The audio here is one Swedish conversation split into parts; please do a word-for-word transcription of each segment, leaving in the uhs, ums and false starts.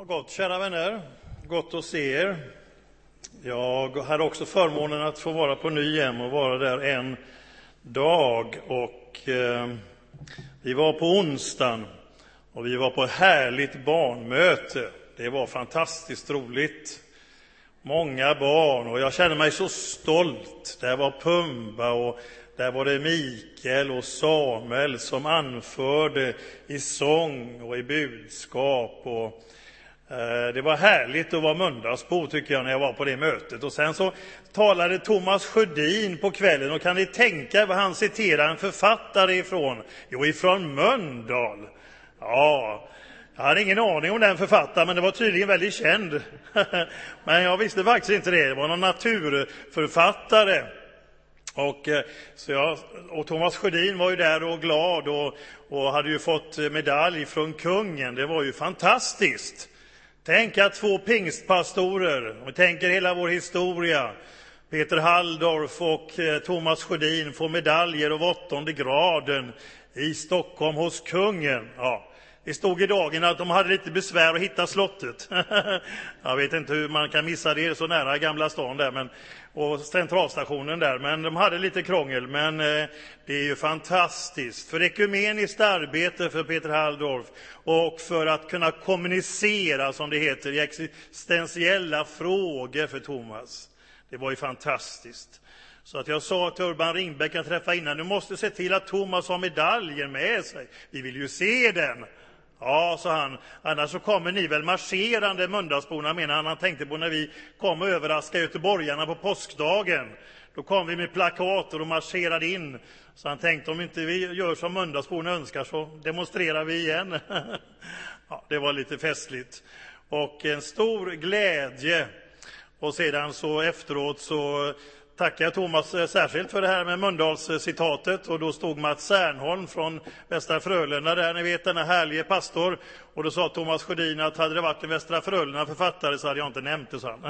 Vad gott, kära vänner. Gott att se er. Jag hade också förmånen att få vara på Nyhem och vara där en dag. Och eh, vi var på onsdagen och vi var på ett härligt barnmöte. Det var fantastiskt roligt. Många barn och jag kände mig så stolt. Där var Pumba och där var det Mikael och Samuel som anförde i sång och i budskap. Och eh, det var härligt att vara Mölndalsbo tycker jag när jag var på det mötet. Och sen så talade Thomas Sjödin på kvällen och kan ni tänka vad han citerar en författare ifrån? Jo, ifrån Mölndal. Ja, jag hade ingen aning om den författaren, men det var tydligen väldigt känd. Men jag visste faktiskt inte det. Det var någon naturförfattare. Och, så jag, och Thomas Sjödin var ju där och glad och, och hade ju fått medalj från kungen. Det var ju fantastiskt. Tänk att två pingstpastorer, och tänker hela vår historia, Peter Halldorf och eh, Thomas Sjödin får medaljer av åttonde graden i Stockholm hos kungen. Ja. Det stod i dagen att de hade lite besvär att hitta slottet. Jag vet inte hur man kan missa det så nära Gamla stan där, men, och centralstationen där. Men de hade lite krångel, men eh, det är ju fantastiskt. För ekumeniskt arbete för Peter Halldorf och för att kunna kommunicera, som det heter, i existentiella frågor för Thomas. Det var ju fantastiskt. Så att jag sa till Urban Ringbäck, jag träffade innan, du måste se till att Thomas har medaljen med sig. Vi vill ju se den. Ja, sa han, annars så kommer ni väl marscherande Mölndalsborna, menar han. Han tänkte på när vi kom och överraskade göteborgarna på påskdagen. Då kom vi med plakater och marscherade in. Så han tänkte, om inte vi gör som Mölndalsborna önskar så demonstrerar vi igen. Ja, det var lite festligt. Och en stor glädje. Och sedan så efteråt så tackar jag Thomas särskilt för det här med Mölndals-citatet. Och då stod Mats Särnholm från Västra Frölunda där, ni vet, denna härlige pastor. Och då sa Thomas Sjödin att hade det varit en Västra Frölunda författare så hade jag inte nämnt det, så han.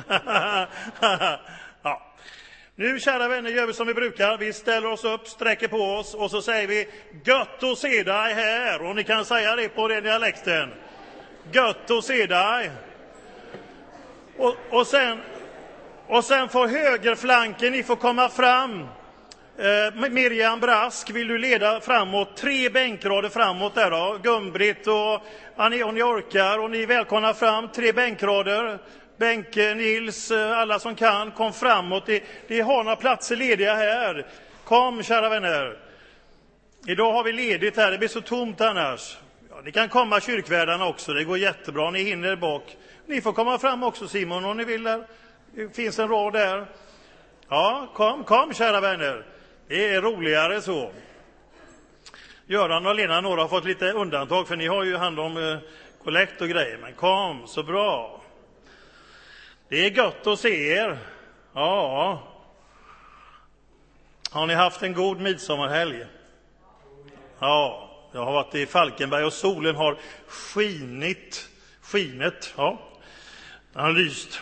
Ja. Nu, kära vänner, gör vi som vi brukar. Vi ställer oss upp, sträcker på oss och så säger vi gött att se dig här. Och ni kan säga det på den dialekten. Gött att se dig. Och, och sen... Och sen får högerflanken, ni får komma fram. Eh, Miriam Brask, vill du leda framåt? Tre bänkrader framåt där då. Gumbritt och Annie, och ni orkar. Och ni är välkomna fram. Tre bänkrader. Bänke, Nils, alla som kan, kom framåt. Det, det har några platser lediga här. Kom, kära vänner. Idag har vi ledigt här. Det blir så tomt annars. Ja, ni kan komma kyrkvärdarna också. Det går jättebra. Ni hinner bak. Ni får komma fram också, Simon, om ni vill där. Det finns en rad där. Ja, kom, kom, kära vänner. Det är roligare så. Göran och Lena, några har fått lite undantag, för ni har ju hand om eh, kollekt och grejer. Men kom, så bra. Det är gött att se er. Ja. Har ni haft en god midsommarhelg? Ja, jag har varit i Falkenberg och solen har skinit. Skinet, ja. Den har lyst.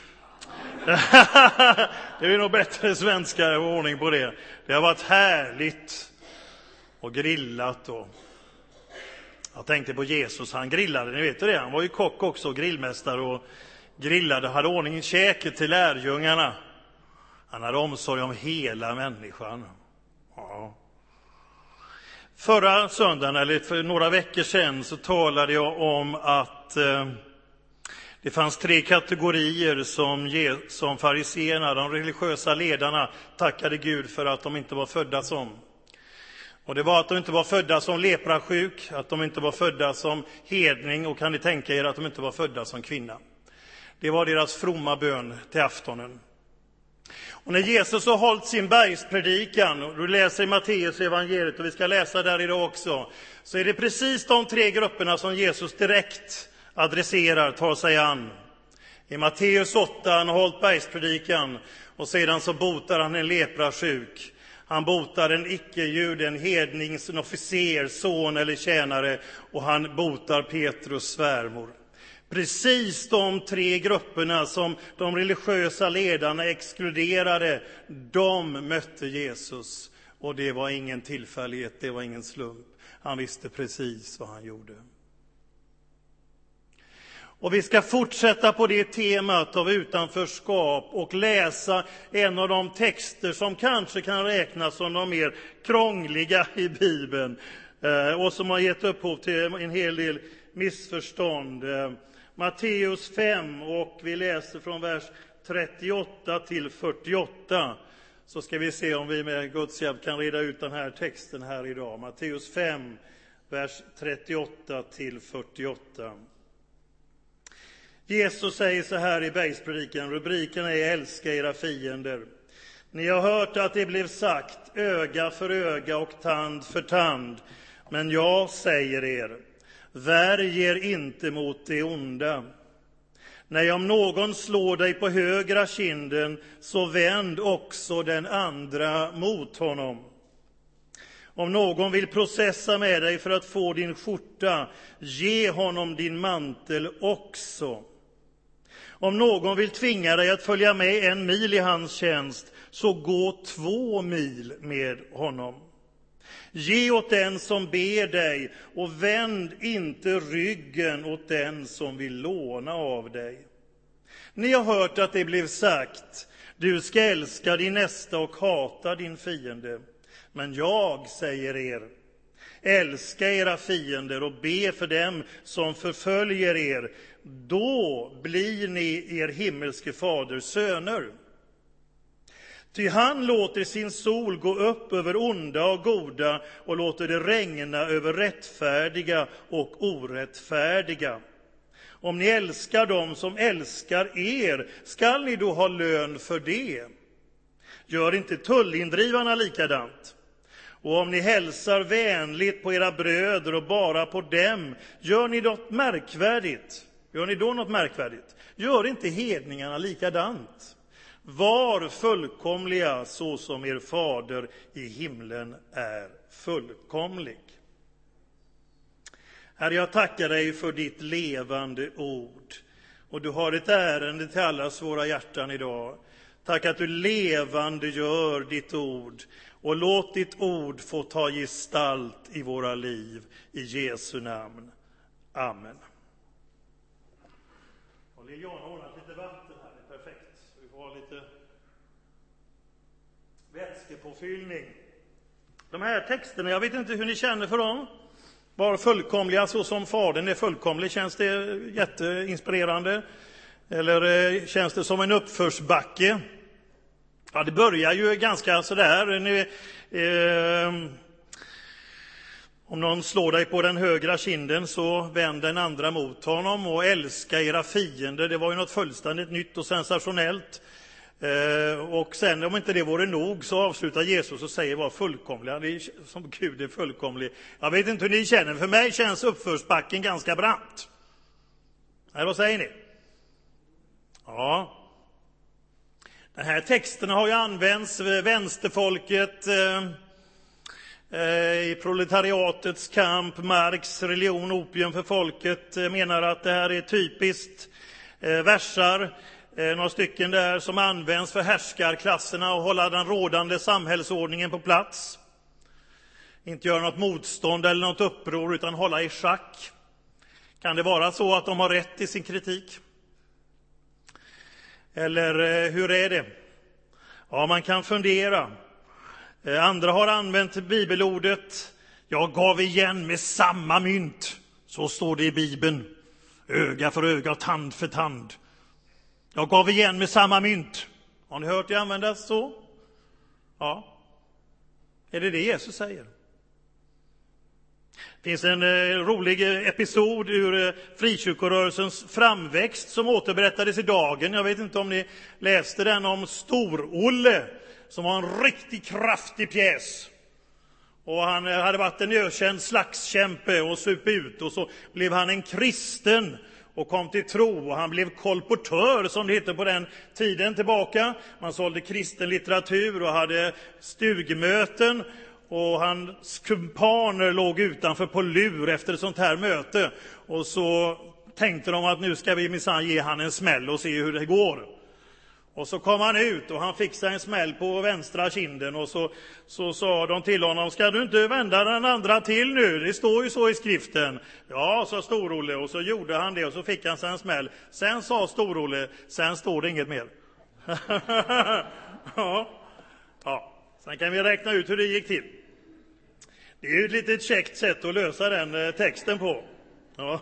Det är nog bättre svenska och ordning på det. Det har varit härligt och grillat. Och jag tänkte på Jesus, han grillade, ni vet det. Han var ju kock också, grillmästare, och grillade, hade ordning i käket till lärjungarna. Han hade omsorg om hela människan. Ja. Förra söndagen, eller för några veckor sedan, så talade jag om att eh, det fanns tre kategorier som, som fariseerna, de religiösa ledarna, tackade Gud för att de inte var födda som. Och det var att de inte var födda som leprasjuk, att de inte var födda som hedning, och kan ni tänka er att de inte var födda som kvinna. Det var deras fromma bön till aftonen. Och när Jesus har hållit sin bergspredikan, och du läser i Matteus evangeliet, och vi ska läsa där idag också, så är det precis de tre grupperna som Jesus direkt adresserar, tar sig an. I Matteus åtta, han har hållit bergspredikan, och sedan så botar han en leprasjuk. Han botar en icke-jud, en hednings, en officer, son eller tjänare, och han botar Petrus svärmor. Precis de tre grupperna som de religiösa ledarna exkluderade, de mötte Jesus. Och det var ingen tillfällighet, det var ingen slump. Han visste precis vad han gjorde. Och vi ska fortsätta på det temat av utanförskap och läsa en av de texter som kanske kan räknas som de mer krångliga i Bibeln och som har gett upphov till en hel del missförstånd. Matteus fem, och vi läser från vers trettioåtta till fyrtioåtta. Så ska vi se om vi med Guds hjälp kan reda ut den här texten här idag. Matteus fem, vers trettioåtta till fyrtioåtta. Jesus säger så här i bergspredikan, rubriken är älska era fiender. Ni har hört att det blev sagt, öga för öga och tand för tand. Men jag säger er, värj er inte mot det onda. Nej, om någon slår dig på högra kinden, så vänd också den andra mot honom. Om någon vill processa med dig för att få din skjorta, ge honom din mantel också. Om någon vill tvinga dig att följa med en mil i hans tjänst, så gå två mil med honom. Ge åt den som ber dig, och vänd inte ryggen åt den som vill låna av dig. Ni har hört att det blev sagt, du ska älska din nästa och hata din fiende. Men jag säger er, älska era fiender och be för dem som förföljer er. Då blir ni er himmelske faders söner. Ty han låter sin sol gå upp över onda och goda och låter det regna över rättfärdiga och orättfärdiga. Om ni älskar dem som älskar er, skall ni då ha lön för det? Gör inte tullindrivarna likadant? Och om ni hälsar vänligt på era bröder och bara på dem, gör ni något märkvärdigt? Gör ni då något märkvärdigt? Gör inte hedningarna likadant? Var fullkomliga så som er fader i himlen är fullkomlig. Herre, jag tackar dig för ditt levande ord. Och du har ett ärende till allas våra hjärtan idag. Tack att du levande gör ditt ord. Och låt ditt ord få ta gestalt i våra liv. I Jesu namn. Amen. Och Liliana har ordnat lite vatten här. Det är perfekt. Vi får ha lite vätskepåfyllning. De här texterna, jag vet inte hur ni känner för dem. Var fullkomliga så som fadern är fullkomlig. Känns det jätteinspirerande? Eller känns det som en uppförsbacke? Ja, det börjar ju ganska sådär. Ni, eh, om någon slår dig på den högra kinden, så vänd den andra mot honom och älska era fiender. Det var ju något fullständigt nytt och sensationellt. Eh, och sen, om inte det vore nog, så avslutar Jesus och säger var fullkomliga. Det är som Gud är fullkomlig. Jag vet inte hur ni känner. För mig känns uppförsbacken ganska brant. Nej, vad säger ni? Ja. Den här texten har ju använts vänsterfolket eh, eh, i proletariatets kamp. Marx religion, opium för folket, eh, menar att det här är typiskt eh, versar. Eh, några stycken där som används för härskarklasserna och hålla den rådande samhällsordningen på plats. Inte göra något motstånd eller något uppror, utan hålla i schack. Kan det vara så att de har rätt i sin kritik? Eller eh, hur är det? Ja, man kan fundera. Eh, andra har använt bibelordet, jag gav igen med samma mynt. Så står det i Bibeln. Öga för öga och tand för tand. Jag gav igen med samma mynt. Har ni hört det användas så? Ja. Är det det Jesus säger? Det finns en eh, rolig episod ur eh, frikyrkorörelsens framväxt som återberättades i Dagen. Jag vet inte om ni läste den, om Stor-Olle, som var en riktigt kraftig pjäs. Och han eh, hade varit en ökänd slagskämpe och sup ut. Och så blev han en kristen och kom till tro. Och han blev kolportör, som det heter på den tiden tillbaka. Man sålde kristen litteratur och hade stugmöten. Och hans kumpaner låg utanför på lur efter ett sånt här möte. Och så tänkte de att nu ska vi minsann ge han en smäll och se hur det går. Och så kom han ut och han fick sig en smäll på vänstra kinden och så, så sa de till honom, ska du inte vända den andra till nu? Det står ju så i skriften. Ja, sa Stor-Olle, och så gjorde han det och så fick han sig en smäll. Sen sa Stor-Olle, sen står det inget mer. ja. ja, sen kan vi räkna ut hur det gick till. Det är ju ett litet käckt sätt att lösa den texten på. Ja.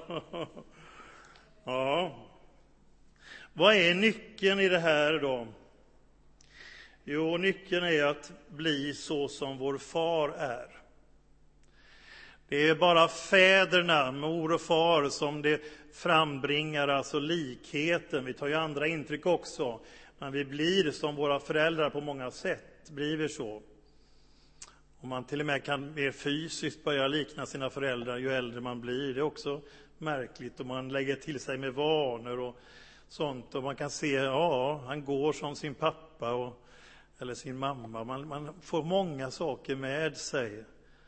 ja. Vad är nyckeln i det här då? Jo, nyckeln är att bli så som vår far är. Det är bara fäderna, mor och far, som det frambringar, alltså likheten. Vi tar ju andra intryck också, men vi blir som våra föräldrar på många sätt, blir vi så. Och man till och med kan mer fysiskt börja likna sina föräldrar ju äldre man blir. Det är också märkligt om man lägger till sig med vanor och sånt. Och man kan se, ja, han går som sin pappa och, eller sin mamma. Man, man får många saker med sig.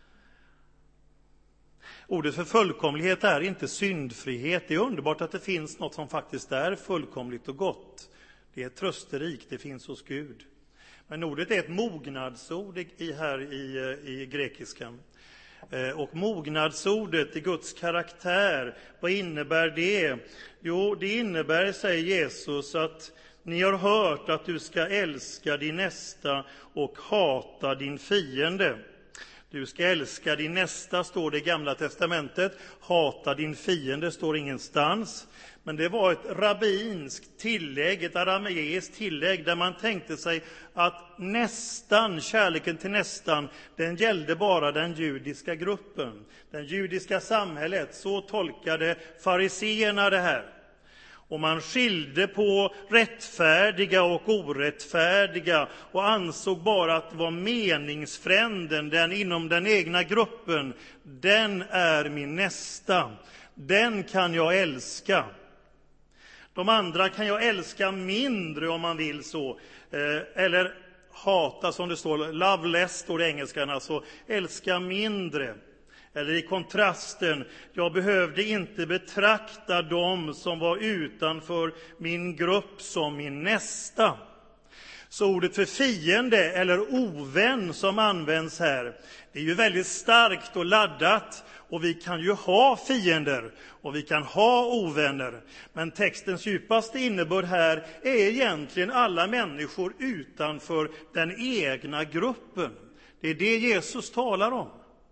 Ordet för fullkomlighet är inte syndfrihet. Det är underbart att det finns något som faktiskt är fullkomligt och gott. Det är trösterikt, det finns hos Gud. Men ordet är ett mognadsord i, här i, i grekiskan. Och mognadsordet i Guds karaktär, vad innebär det? Jo, det innebär, säger Jesus, att ni har hört att du ska älska din nästa och hata din fiende. Du ska älska din nästa, står det i Gamla testamentet. Hata din fiende står ingenstans. Men det var ett rabbinskt tillägg, ett arameiskt tillägg, där man tänkte sig att nästan, kärleken till nästan, den gällde bara den judiska gruppen, den judiska samhället. Så tolkade fariseerna det här. Och man skilde på rättfärdiga och orättfärdiga och ansåg bara att det var meningsfränden, den inom den egna gruppen, den är min nästa. Den kan jag älska. De andra kan jag älska mindre om man vill så. Eller hata, som det står. Love less står det i engelskan, alltså älska mindre. Eller i kontrasten, jag behövde inte betrakta dem som var utanför min grupp som min nästa. Så ordet för fiende eller ovän som används här, det är ju väldigt starkt och laddat. Och vi kan ju ha fiender och vi kan ha ovänner. Men textens djupaste innebörd här är egentligen alla människor utanför den egna gruppen. Det är det Jesus talar om.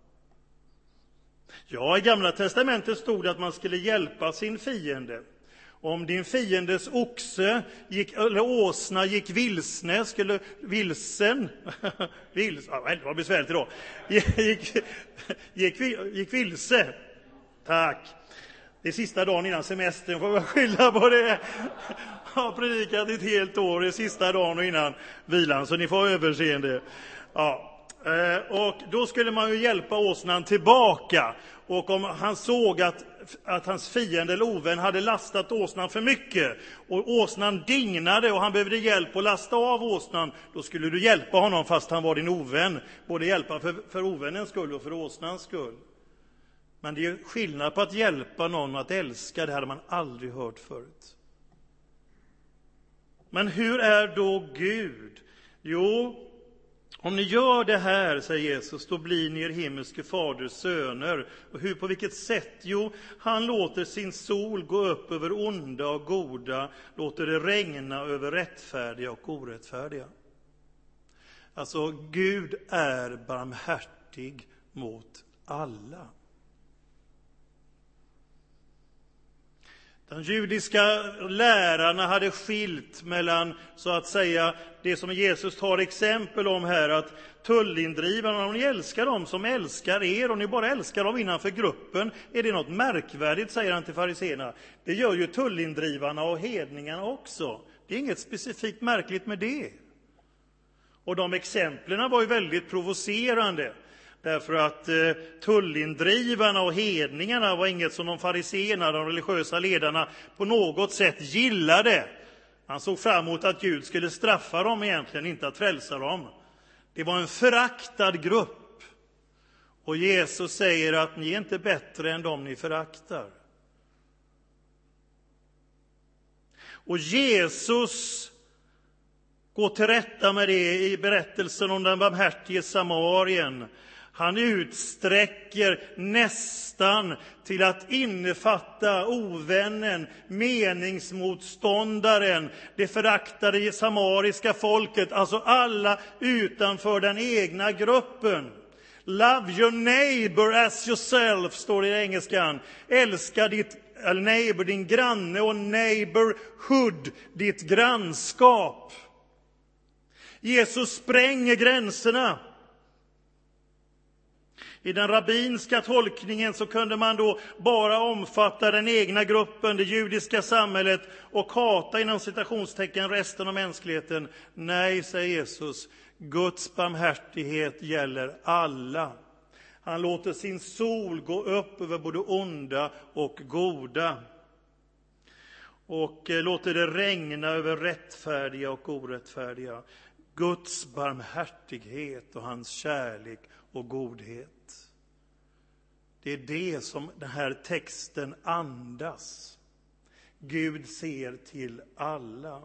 Ja, i Gamla testamentet stod det att man skulle hjälpa sin fiende. Om din fiendes oxe gick, eller åsna gick vilsne, skulle vilsen, vils, ja, det var besvärligt idag, gick, gick, gick vilse, tack. Det är sista dagen innan semestern, får jag skylla på det. Jag har predikat ett helt år, det är sista dagen och innan vilan, så ni får överseende. Ja. Och då skulle man ju hjälpa åsnan tillbaka. Och om han såg att, att hans fiende eller ovän hade lastat åsnan för mycket och åsnan dignade och han behövde hjälp att lasta av åsnan, då skulle du hjälpa honom fast han var din ovän. Både hjälpa för, för ovännens skull och för åsnans skull. Men det är skillnad på att hjälpa någon och att älska, det hade man aldrig hört förut. Men hur är då Gud? Jo, om ni gör det här, säger Jesus, då blir ni er himmelske faders söner. Och hur, på vilket sätt? Jo, han låter sin sol gå upp över onda och goda, låter det regna över rättfärdiga och orättfärdiga. Alltså, Gud är barmhärtig mot alla. De judiska lärarna hade skilt mellan, så att säga, det som Jesus tar exempel om här, att tullindrivarna, om ni älskar dem som älskar er, och ni bara älskar dem innanför gruppen, är det något märkvärdigt, säger han till fariseerna. Det gör ju tullindrivarna och hedningarna också. Det är inget specifikt märkligt med det. Och de exemplen var ju väldigt provocerande. Därför att eh, tullindrivarna och hedningarna var inget som de fariseerna, de religiösa ledarna, på något sätt gillade. Han såg fram emot att Gud skulle straffa dem egentligen, inte att frälsa dem. Det var en föraktad grupp. Och Jesus säger att ni är inte bättre än de ni föraktar. Och Jesus gå till rätta med det i berättelsen om den barmhärtige samarien. Han utsträcker nästan till att innefatta ovännen, meningsmotståndaren, det föraktade samariska folket, alltså alla utanför den egna gruppen. Love your neighbor as yourself, står det i engelskan. Älska ditt neighbor, din granne, och neighborhood, ditt grannskap. Jesus spränger gränserna. I den rabbinska tolkningen så kunde man då bara omfatta den egna gruppen, det judiska samhället, och hata inom citationstecken resten av mänskligheten. Nej, säger Jesus, Guds barmhärtighet gäller alla. Han låter sin sol gå upp över både onda och goda, och låter det regna över rättfärdiga och orättfärdiga. Guds barmhärtighet och hans kärlek och godhet. Det är det som den här texten andas. Gud ser till alla.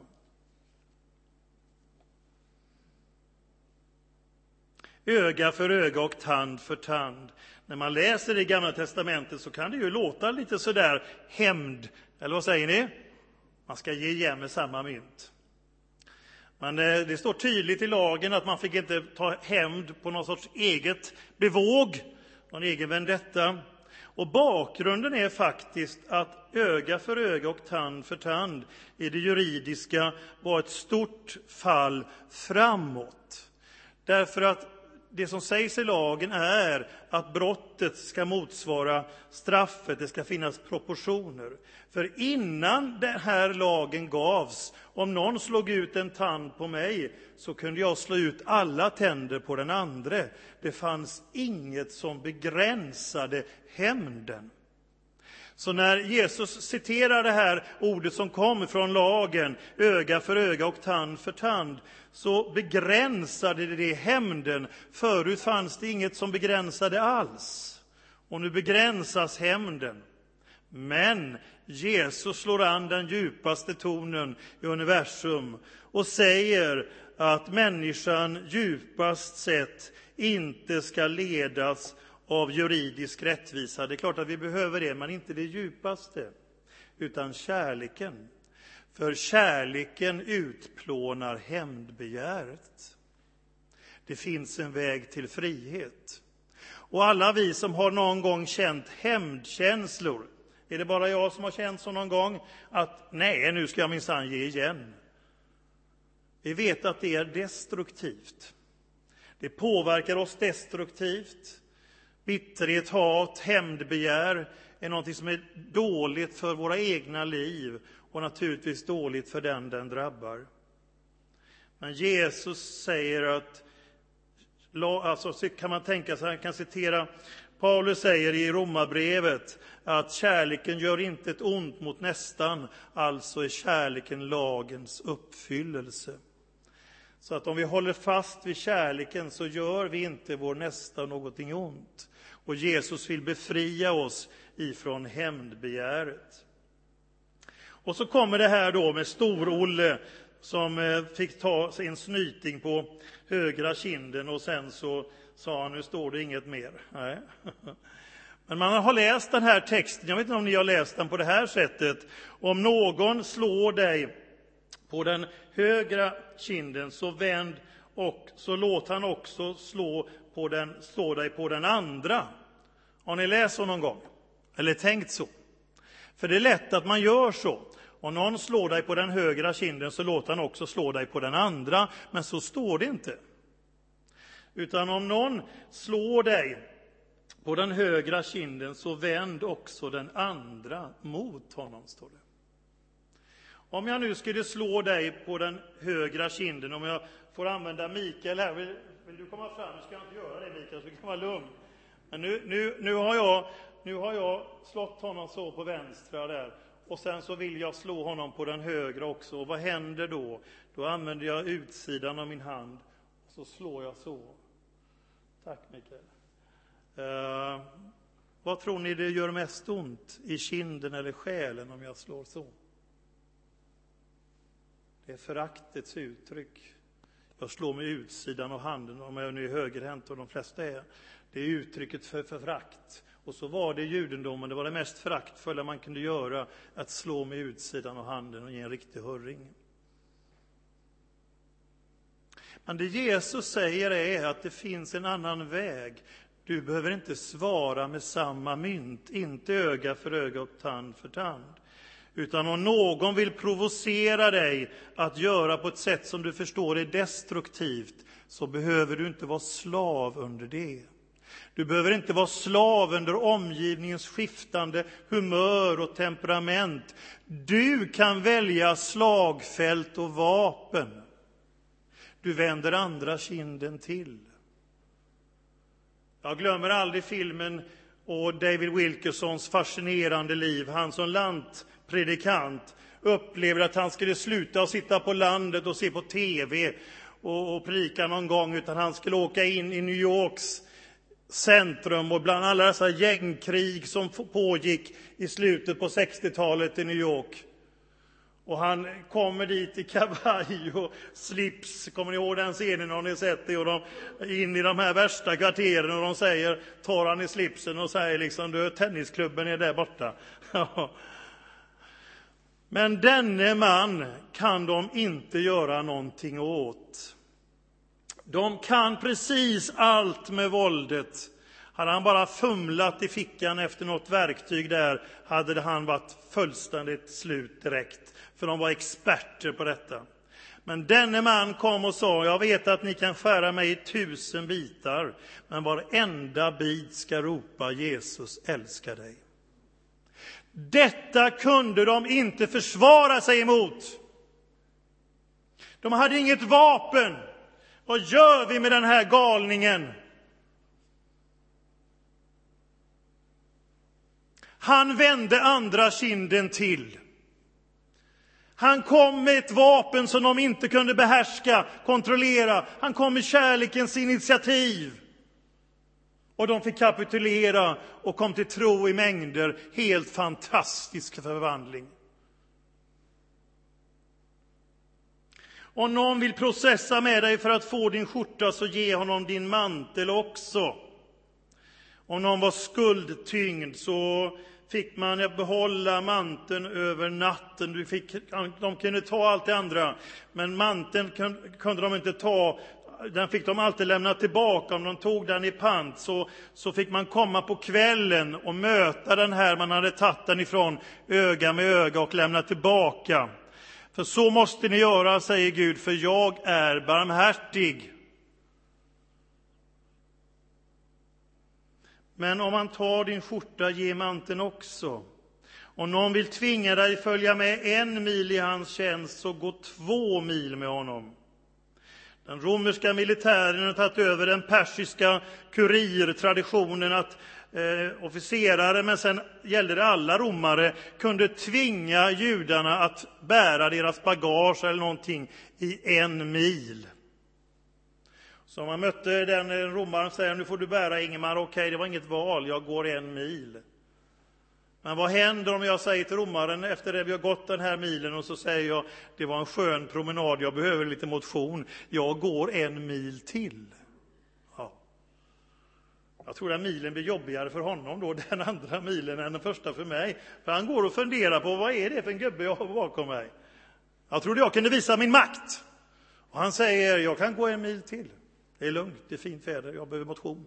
Öga för öga och tand för tand. När man läser det Gamla testamentet så kan det ju låta lite sådär hämnd. Eller vad säger ni? Man ska ge igen med samma mynt. Men det står tydligt i lagen att man fick inte ta hämnd på någon sorts eget bevåg, någon egen vendetta. Och bakgrunden är faktiskt att öga för öga och tand för tand i det juridiska var ett stort fall framåt. Därför att det som sägs i lagen är att brottet ska motsvara straffet, det ska finnas proportioner. För innan den här lagen gavs, om någon slog ut en tand på mig, så kunde jag slå ut alla tänder på den andra. Det fanns inget som begränsade hämnden. Så när Jesus citerar det här ordet som kom från lagen, öga för öga och tand för tand, så begränsade det hämnden. Förut fanns det inget som begränsade alls. Och nu begränsas hämnden. Men Jesus slår an den djupaste tonen i universum och säger att människan djupast sett inte ska ledas av juridisk rättvisa. Det är klart att vi behöver det, men inte det djupaste, utan kärleken. För kärleken utplånar hämndbegäret. Det finns en väg till frihet. Och alla vi som har någon gång känt hämndkänslor, är det bara jag som har känt så någon gång att nej, nu ska jag minsann ge igen. Vi vet att det är destruktivt. Det påverkar oss destruktivt. Bitterhet, hat, hämndbegär är något som är dåligt för våra egna liv och naturligtvis dåligt för den den drabbar. Men Jesus säger att, alltså kan man tänka sig, han kan citera, Paulus säger i Romarbrevet att kärleken gör inte ett ont mot nästan, alltså är kärleken lagens uppfyllelse. Så att om vi håller fast vid kärleken så gör vi inte vår nästa någonting ont. Och Jesus vill befria oss ifrån hämndbegäret. Och så kommer det här då med Stor-Olle som fick ta sin snyting på högra kinden och sen så sa han, nu står det inget mer. Nej. Men man har läst den här texten, jag vet inte om ni har läst den på det här sättet. Om någon slår dig på den högra kinden så vänd och så låt han också slå, på den, slå dig på den andra. Har ni läst så någon gång? Eller tänkt så? För det är lätt att man gör så. Om någon slår dig på den högra kinden så låt han också slå dig på den andra. Men så står det inte. Utan om någon slår dig på den högra kinden så vänd också den andra mot honom, står det. Om jag nu skulle slå dig på den högra kinden, om jag får använda Mikael här, vill, vill du komma fram? Nu ska jag inte göra det, Mikael, så du kan vara lugn. Men nu, nu, nu, har jag, nu har jag slått honom så på vänstra där. Och sen så vill jag slå honom på den högra också. Och vad händer då? Då använder jag utsidan av min hand och så slår jag så. Tack, Mikael. Uh, vad tror ni det gör mest ont? I kinden eller själen om jag slår så? Det är föraktets uttryck. Jag slår med utsidan av handen, om jag nu är högerhänt och de flesta är. Det är uttrycket för, för förakt. Och så var det i judendomen, det var det mest föraktfulla man kunde göra, att slå med utsidan av handen och ge en riktig hurring. Men det Jesus säger är att det finns en annan väg. Du behöver inte svara med samma mynt, inte öga för öga och tand för tand. Utan om någon vill provocera dig att göra på ett sätt som du förstår är destruktivt, så behöver du inte vara slav under det. Du behöver inte vara slav under omgivningens skiftande humör och temperament. Du kan välja slagfält och vapen. Du vänder andra kinden till. Jag glömmer aldrig filmen och David Wilkersons fascinerande liv. Han som lantpredikant upplever att han skulle sluta att sitta på landet och se på tv och, och predika någon gång, utan han skulle åka in i New Yorks centrum och bland alla dessa gängkrig som pågick i slutet på sextiotalet i New York. Och han kommer dit i kavaj och slips. Kommer ni ihåg den scenen, har ni sett det? Och de in i de här värsta kvarteren och de säger, tar han i slipsen och säger liksom, du, tennisklubben är där borta. Men denne man kan de inte göra någonting åt. De kan precis allt med våldet. Hade han bara fumlat i fickan efter något verktyg där, hade han varit fullständigt slut direkt. För de var experter på detta. Men denne man kom och sa, jag vet att ni kan skära mig i tusen bitar, men varenda bit ska ropa, Jesus älskar dig. Detta kunde de inte försvara sig emot. De hade inget vapen. Vad gör vi med den här galningen? Han vände andra kinden till. Han kom med ett vapen som de inte kunde behärska, kontrollera. Han kom med kärlekens initiativ. Och de fick kapitulera och kom till tro i mängder. Helt fantastisk förvandling. Om någon vill processa med dig för att få din skjorta, så ge honom din mantel också. Om någon var skuldtyngd, så fick man behålla manteln över natten. Du fick, de kunde ta allt det andra, men manteln kunde de inte ta. Den fick de alltid lämna tillbaka. Om de tog den i pant, så, så fick man komma på kvällen och möta den här man hade tagit den ifrån, öga med öga, och lämna tillbaka. För så måste ni göra, säger Gud, för jag är barmhärtig. Men om man tar din skjorta, ge manteln också. Om någon vill tvinga dig följa med en mil i hans tjänst, så gå två mil med honom. Den romerska militären har tagit över den persiska kurirtraditionen att eh, officerare, men sen gällde det alla romare, kunde tvinga judarna att bära deras bagage eller någonting i en mil. Så man mötte den romaren och säger, nu får du bära, Ingemar. Okej, det var inget val, jag går en mil. Men vad händer om jag säger till romaren efter det vi har gått den här milen, och så säger jag, det var en skön promenad, jag behöver lite motion, jag går en mil till. Ja. Jag tror att milen blir jobbigare för honom då, den andra milen, än den första för mig. För han går och funderar på, vad är det för en gubbe jag har bakom mig? Jag trodde jag kunde visa min makt. Och han säger, jag kan gå en mil till. Det är lugnt, det är fint väder, jag behöver motion.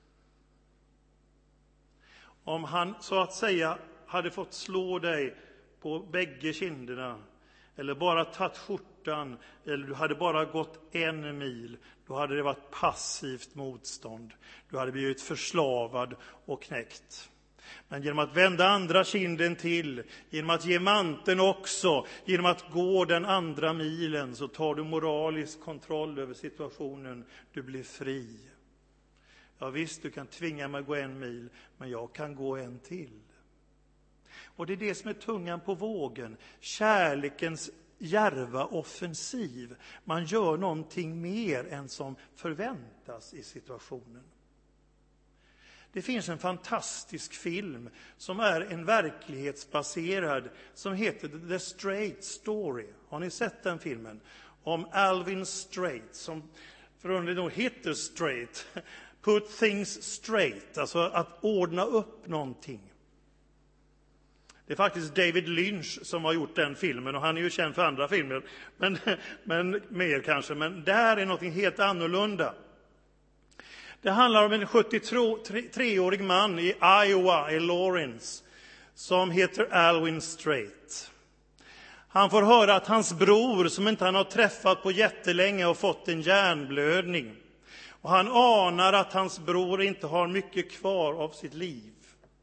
Om han så att säga hade fått slå dig på bägge kinderna, eller bara tagit skjortan, eller du hade bara gått en mil, då hade det varit passivt motstånd. Du hade blivit förslavad och knäckt. Men genom att vända andra kinden till, genom att ge manteln också, genom att gå den andra milen, så tar du moralisk kontroll över situationen. Du blir fri. Ja visst, du kan tvinga mig att gå en mil, men jag kan gå en till. Och det är det som är tungan på vågen. Kärlekens djärva offensiv. Man gör någonting mer än som förväntas i situationen. Det finns en fantastisk film som är en verklighetsbaserad, som heter The Straight Story. Har ni sett den filmen? om Alvin Straight, som förunderligt nog heter Straight. Put things straight, alltså att ordna upp någonting. Det är faktiskt David Lynch som har gjort den filmen, och han är ju känd för andra filmer, men, men mer kanske. Men där är något helt annorlunda. Det handlar om en sjuttiotre-årig man i Iowa, i Lawrence, som heter Alvin Straight. Han får höra att hans bror, som inte han har träffat på jättelänge, har fått en hjärnblödning. Och han anar att hans bror inte har mycket kvar av sitt liv.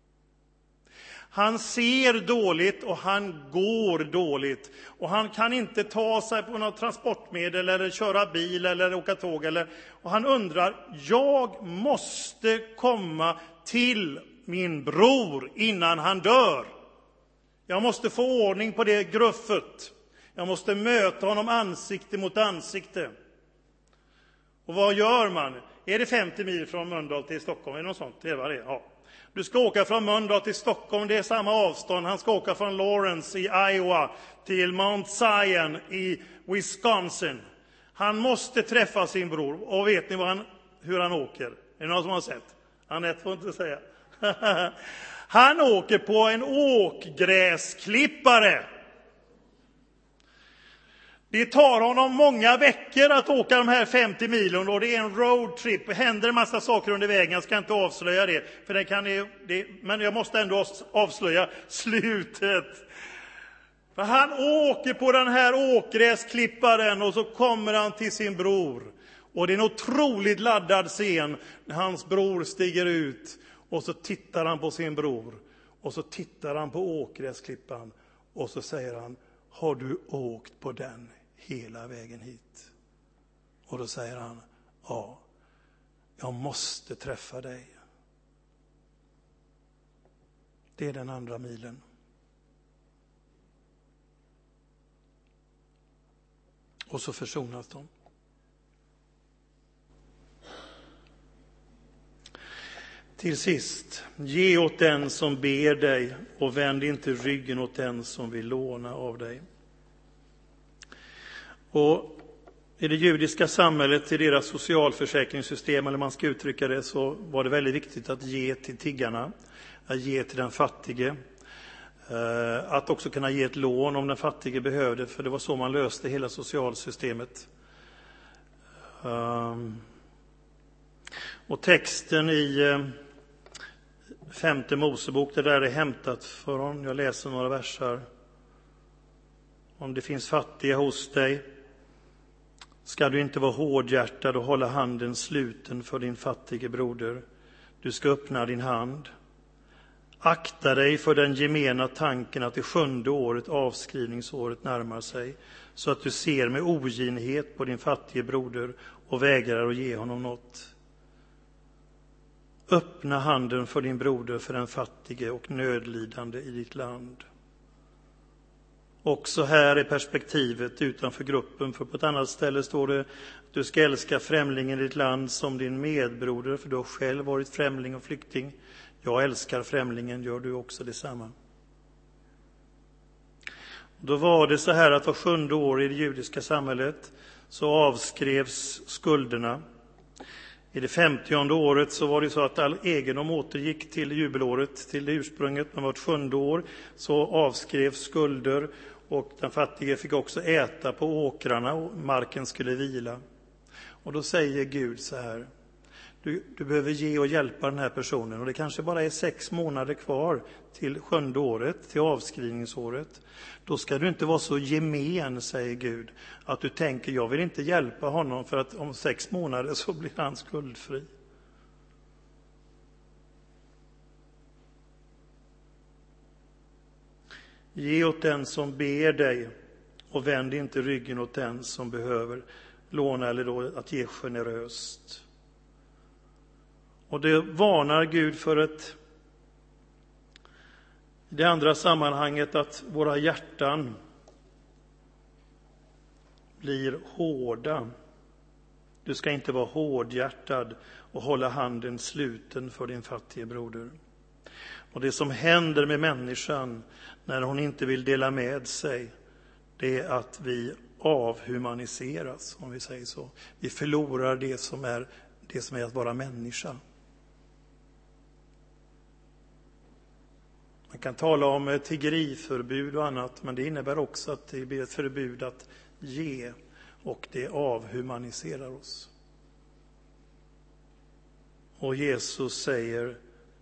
Han ser dåligt och han går dåligt. Och han kan inte ta sig på något transportmedel eller köra bil eller åka tåg. Eller, och han undrar, jag måste komma till min bror innan han dör. Jag måste få ordning på det gruffet. Jag måste möta honom ansikte mot ansikte. Och vad gör man? Är det femtio mil från Mölndal till Stockholm? Är det något sånt? Det var det, ja. Du ska åka från Mölndal till Stockholm, det är samma avstånd. Han ska åka från Lawrence i Iowa till Mount Zion i Wisconsin. Han måste träffa sin bror. Och vet ni vad han, hur han åker? Är det någon som har sett? Anette får inte säga. Han åker på en åkgräsklippare. Det tar honom många veckor att åka de här femtio milen, och det är en roadtrip. Det händer en massa saker under vägen, jag ska inte avslöja det, för det kan det, det, men jag måste ändå avslöja slutet. För han åker på den här åkgräsklipparen och så kommer han till sin bror. Och det är en otroligt laddad scen när hans bror stiger ut, och så tittar han på sin bror, och så tittar han på åkgräsklippan, och så säger han, har du åkt på den hela vägen hit? Och då säger han, ja, jag måste träffa dig. Det är den andra milen. Och så försonas de. Till sist, ge åt den som ber dig och vänd inte ryggen åt den som vill låna av dig. Och i det judiska samhället, i deras socialförsäkringssystem, eller man ska uttrycka det, så var det väldigt viktigt att ge till tiggarna, att ge till den fattige, att också kunna ge ett lån om den fattige behövde, för det var så man löste hela socialsystemet. Och texten i femte Mosebok, det där är hämtat från, jag läser några versar. Om det finns fattiga hos dig, ska du inte vara hårdhjärtad och hålla handen sluten för din fattige broder. Du ska öppna din hand. Akta dig för den gemena tanken att det sjunde året, avskrivningsåret, närmar sig, så att du ser med oginhet på din fattige broder och vägrar att ge honom något. Öppna handen för din broder, för den fattige och nödlidande i ditt land. Också här är perspektivet utanför gruppen, för på ett annat ställe står det att du ska älska främlingen i ditt land som din medbroder, för du har själv varit främling och flykting. Jag älskar främlingen, gör du också detsamma. Då var det så här att var sjunde år i det judiska samhället så avskrevs skulderna. I det femtionde året så var det så att all egendom återgick till jubelåret, till det ursprunget. Men vart sjunde år så avskrevs skulder, och den fattige fick också äta på åkrarna och marken skulle vila. Och då säger Gud så här, du, du behöver ge och hjälpa den här personen, och det kanske bara är sex månader kvar till sjunde året, till avskrivningsåret. Då ska du inte vara så gemen, säger Gud, att du tänker, jag vill inte hjälpa honom för att om sex månader så blir han skuldfri. Ge åt den som ber dig och vänd inte ryggen åt den som behöver låna, eller då att ge generöst. Och det varnar Gud för ett, i det andra sammanhanget, att våra hjärtan blir hårda. Du ska inte vara hårdhjärtad och hålla handen sluten för din fattige broder. Och det som händer med människan när hon inte vill dela med sig, det är att vi avhumaniseras, om vi säger så. Vi förlorar det som är, det som är att vara människa. Man kan tala om tiggeriförbud och annat, men det innebär också att det blir ett förbud att ge, och det avhumaniserar oss. Och Jesus säger: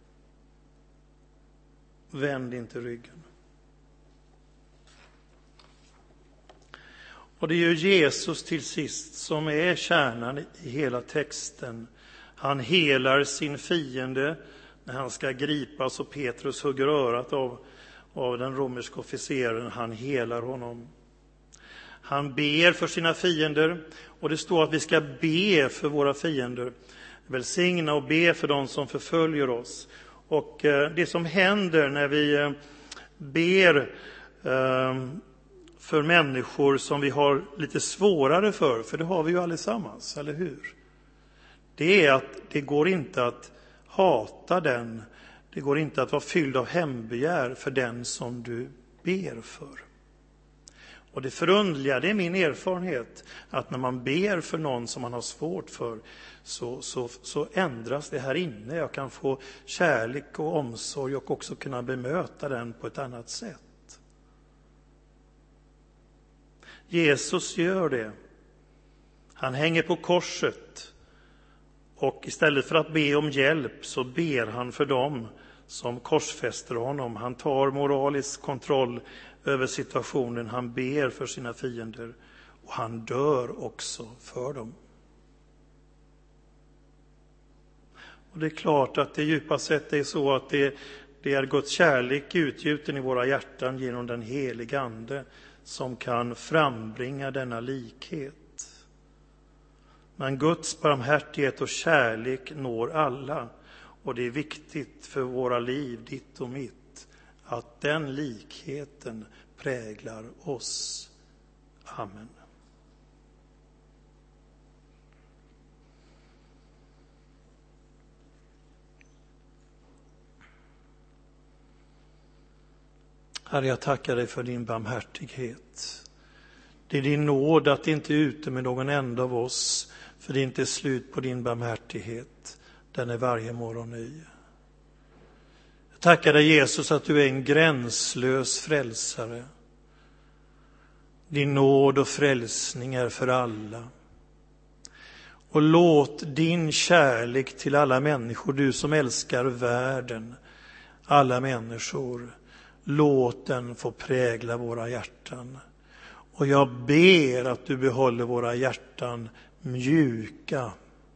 vänd inte ryggen. Och det är ju Jesus till sist som är kärnan i hela texten. Han helar sin fiende när han ska gripas, och Petrus hugger örat av, av den romerska officeren. Han helar honom. Han ber för sina fiender, och det står att vi ska be för våra fiender. Välsigna och be för dem som förföljer oss. Och eh, det som händer när vi eh, ber eh, för människor som vi har lite svårare för, för det har vi ju allesammans, eller hur? Det är att det går inte att hata den, det går inte att vara fylld av hämndbegär för den som du ber för. Och det förundliga, det är min erfarenhet, att när man ber för någon som man har svårt för, så, så, så ändras det här inne. Jag kan få kärlek och omsorg och också kunna bemöta den på ett annat sätt. Jesus gör det. Han hänger på korset, och istället för att be om hjälp så ber han för dem som korsfäster honom. Han tar moralisk kontroll över situationen. Han ber för sina fiender, och han dör också för dem. Och det är klart att det djupast sett är så att det, det är Guds kärlek utgjuten i våra hjärtan genom den heliga ande som kan frambringa denna likhet. Men Guds barmhärtighet och kärlek når alla, och det är viktigt för våra liv, ditt och mitt, att den likheten präglar oss. Amen. Herre, jag tackar dig för din barmhärtighet. Det är din nåd att det inte är ute med någon enda av oss, för det är inte slut på din barmhärtighet. Den är varje morgon ny. Jag tackar dig, Jesus, att du är en gränslös frälsare. Din nåd och frälsning är för alla. Och låt din kärlek till alla människor, du som älskar världen, alla människor, låt den få prägla våra hjärtan. Och jag ber att du behåller våra hjärtan mjuka.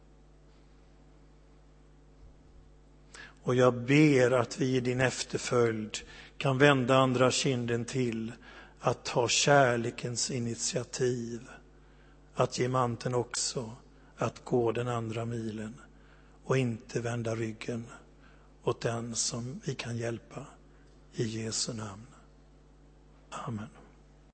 Och jag ber att vi i din efterföljd kan vända andra kinden till, att ta kärlekens initiativ, att ge manteln också, att gå den andra milen och inte vända ryggen åt den som vi kan hjälpa. I Jesu namn. Amen.